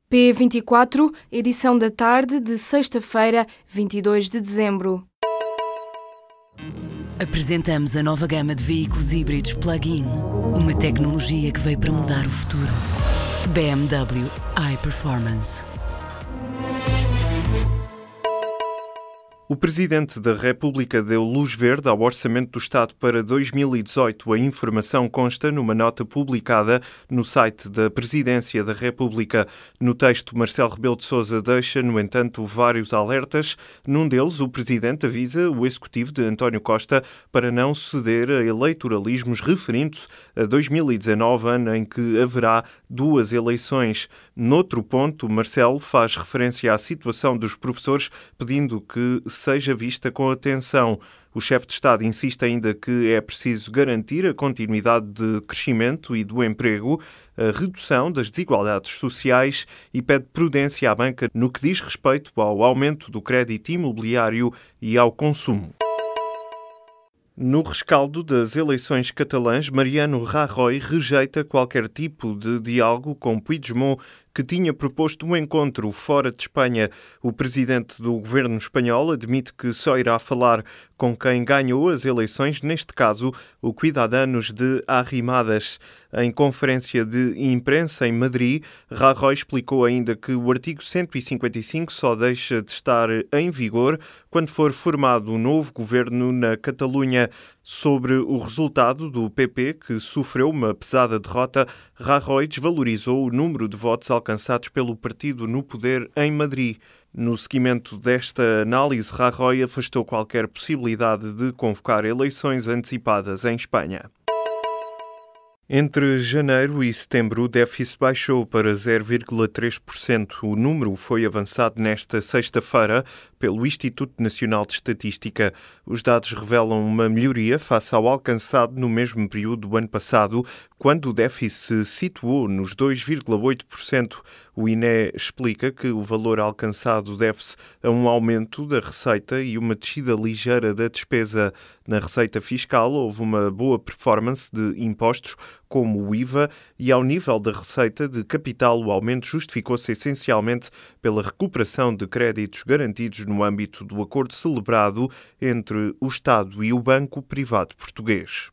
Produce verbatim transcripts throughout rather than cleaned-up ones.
P vinte e quatro, edição da tarde de sexta-feira, vinte e dois de dezembro. Apresentamos a nova gama de veículos híbridos plug-in. Uma tecnologia que veio para mudar o futuro. B M W iPerformance. O Presidente da República deu luz verde ao Orçamento do Estado para dois mil e dezoito. A informação consta numa nota publicada no site da Presidência da República. No texto, Marcelo Rebelo de Sousa deixa, no entanto, vários alertas. Num deles, o Presidente avisa o Executivo de António Costa para não ceder a eleitoralismos referindo-se a dois mil e dezanove, ano em que haverá duas eleições. Noutro ponto, Marcelo faz referência à situação dos professores, pedindo que seja vista com atenção. O chefe de Estado insiste ainda que é preciso garantir a continuidade de crescimento e do emprego, a redução das desigualdades sociais e pede prudência à banca no que diz respeito ao aumento do crédito imobiliário e ao consumo. No rescaldo das eleições catalãs, Mariano Rajoy rejeita qualquer tipo de diálogo com Puigdemont, que tinha proposto um encontro fora de Espanha. O presidente do governo espanhol admite que só irá falar com quem ganhou as eleições, neste caso, o Ciudadanos de Arrimadas. Em conferência de imprensa em Madrid, Rajoy explicou ainda que o artigo cento e cinquenta e cinco só deixa de estar em vigor quando for formado um novo governo na Catalunha. Sobre o resultado do P P, que sofreu uma pesada derrota, Rajoy desvalorizou o número de votos alcançados pelo partido no poder em Madrid. No seguimento desta análise, Rajoy afastou qualquer possibilidade de convocar eleições antecipadas em Espanha. Entre janeiro e setembro, o déficit baixou para zero vírgula três por cento. O número foi avançado nesta sexta-feira pelo Instituto Nacional de Estatística. Os dados revelam uma melhoria face ao alcançado no mesmo período do ano passado, quando o déficit se situou nos dois vírgula oito por cento. O I N E explica que o valor alcançado deve-se a um aumento da receita e uma descida ligeira da despesa. Na receita fiscal houve uma boa performance de impostos, como o I V A, e ao nível da receita de capital o aumento justificou-se essencialmente pela recuperação de créditos garantidos no âmbito do acordo celebrado entre o Estado e o Banco Privado Português.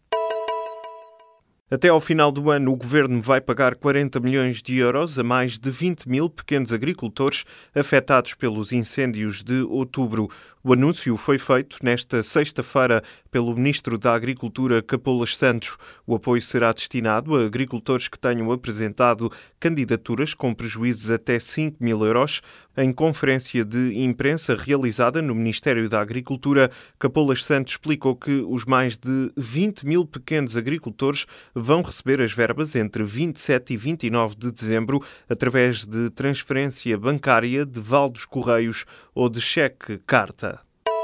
Até ao final do ano, o Governo vai pagar quarenta milhões de euros a mais de vinte mil pequenos agricultores afetados pelos incêndios de outubro. O anúncio foi feito nesta sexta-feira pelo Ministro da Agricultura, Capolas Santos. O apoio será destinado a agricultores que tenham apresentado candidaturas com prejuízos até cinco mil euros. Em conferência de imprensa realizada no Ministério da Agricultura, Capolas Santos explicou que os mais de vinte mil pequenos agricultores vão receber as verbas entre vinte e sete e vinte e nove de dezembro através de transferência bancária, de vale dos correios ou de cheque-carta.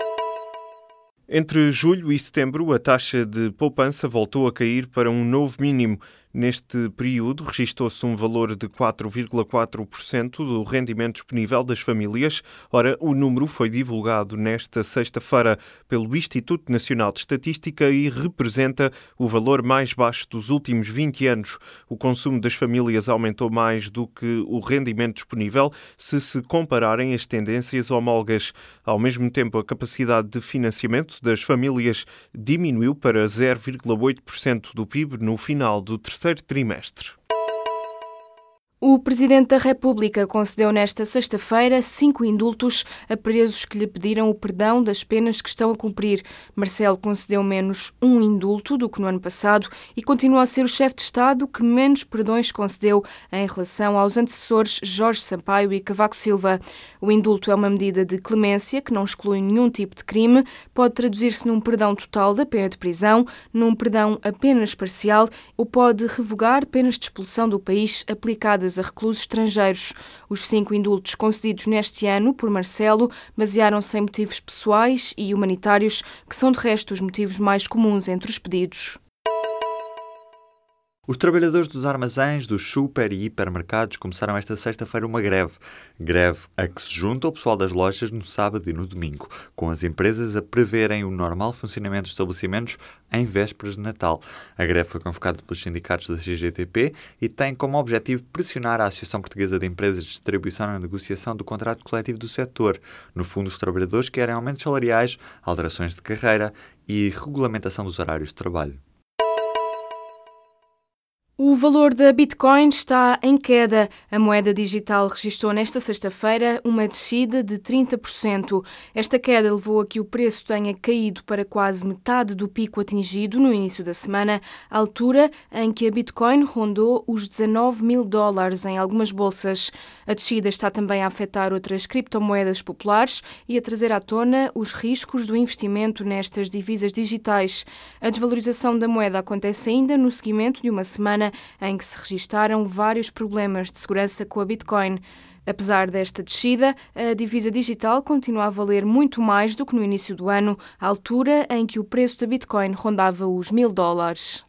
Entre julho e setembro, a taxa de poupança voltou a cair para um novo mínimo. Neste período, registou-se um valor de quatro vírgula quatro por cento do rendimento disponível das famílias. Ora, o número foi divulgado nesta sexta-feira pelo Instituto Nacional de Estatística e representa o valor mais baixo dos últimos vinte anos. O consumo das famílias aumentou mais do que o rendimento disponível, se se compararem as tendências homólogas. Ao mesmo tempo, a capacidade de financiamento das famílias diminuiu para zero vírgula oito por cento do P I B no final do terceiro trimestre. O Presidente da República concedeu nesta sexta-feira cinco indultos a presos que lhe pediram o perdão das penas que estão a cumprir. Marcelo concedeu menos um indulto do que no ano passado e continua a ser o chefe de Estado que menos perdões concedeu em relação aos antecessores Jorge Sampaio e Cavaco Silva. O indulto é uma medida de clemência que não exclui nenhum tipo de crime, pode traduzir-se num perdão total da pena de prisão, num perdão apenas parcial ou pode revogar penas de expulsão do país aplicadas a reclusos estrangeiros. Os cinco indultos concedidos neste ano por Marcelo basearam-se em motivos pessoais e humanitários, que são de resto os motivos mais comuns entre os pedidos. Os trabalhadores dos armazéns, dos super e hipermercados começaram esta sexta-feira uma greve. Greve a que se junta o pessoal das lojas no sábado e no domingo, com as empresas a preverem o normal funcionamento dos estabelecimentos em vésperas de Natal. A greve foi convocada pelos sindicatos da C G T P e tem como objetivo pressionar a Associação Portuguesa de Empresas de Distribuição na negociação do contrato coletivo do setor. No fundo, os trabalhadores querem aumentos salariais, alterações de carreira e regulamentação dos horários de trabalho. O valor da Bitcoin está em queda. A moeda digital registrou nesta sexta-feira uma descida de trinta por cento. Esta queda levou a que o preço tenha caído para quase metade do pico atingido no início da semana, altura em que a Bitcoin rondou os dezanove mil dólares em algumas bolsas. A descida está também a afetar outras criptomoedas populares e a trazer à tona os riscos do investimento nestas divisas digitais. A desvalorização da moeda acontece ainda no seguimento de uma semana em que se registaram vários problemas de segurança com a Bitcoin. Apesar desta descida, a divisa digital continua a valer muito mais do que no início do ano, à altura em que o preço da Bitcoin rondava os mil dólares.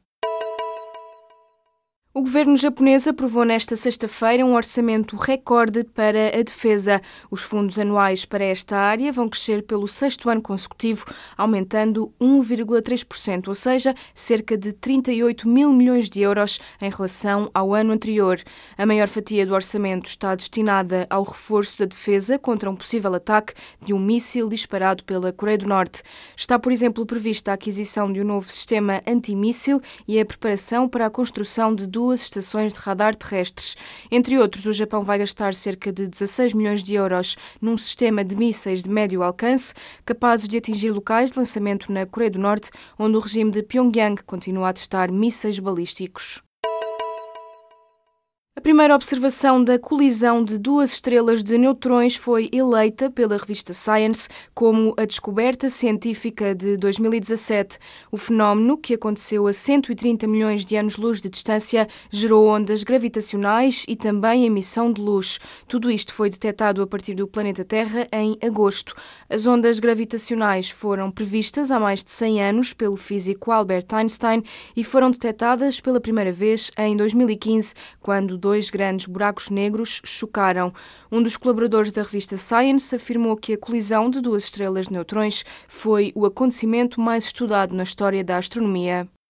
O governo japonês aprovou nesta sexta-feira um orçamento recorde para a defesa. Os fundos anuais para esta área vão crescer pelo sexto ano consecutivo, aumentando um vírgula três por cento, ou seja, cerca de trinta e oito mil milhões de euros em relação ao ano anterior. A maior fatia do orçamento está destinada ao reforço da defesa contra um possível ataque de um míssil disparado pela Coreia do Norte. Está, por exemplo, prevista a aquisição de um novo sistema antimíssil e a preparação para a construção de duas duas estações de radar terrestres. Entre outros, o Japão vai gastar cerca de dezasseis milhões de euros num sistema de mísseis de médio alcance, capazes de atingir locais de lançamento na Coreia do Norte, onde o regime de Pyongyang continua a testar mísseis balísticos. A primeira observação da colisão de duas estrelas de neutrões foi eleita pela revista Science como a descoberta científica de dois mil e dezassete. O fenómeno, que aconteceu a cento e trinta milhões de anos-luz de distância, gerou ondas gravitacionais e também emissão de luz. Tudo isto foi detectado a partir do planeta Terra em agosto. As ondas gravitacionais foram previstas há mais de cem anos pelo físico Albert Einstein e foram detectadas pela primeira vez em dois mil e quinze, quando dois Dois grandes buracos negros chocaram. Um dos colaboradores da revista Science afirmou que a colisão de duas estrelas de neutrões foi o acontecimento mais estudado na história da astronomia.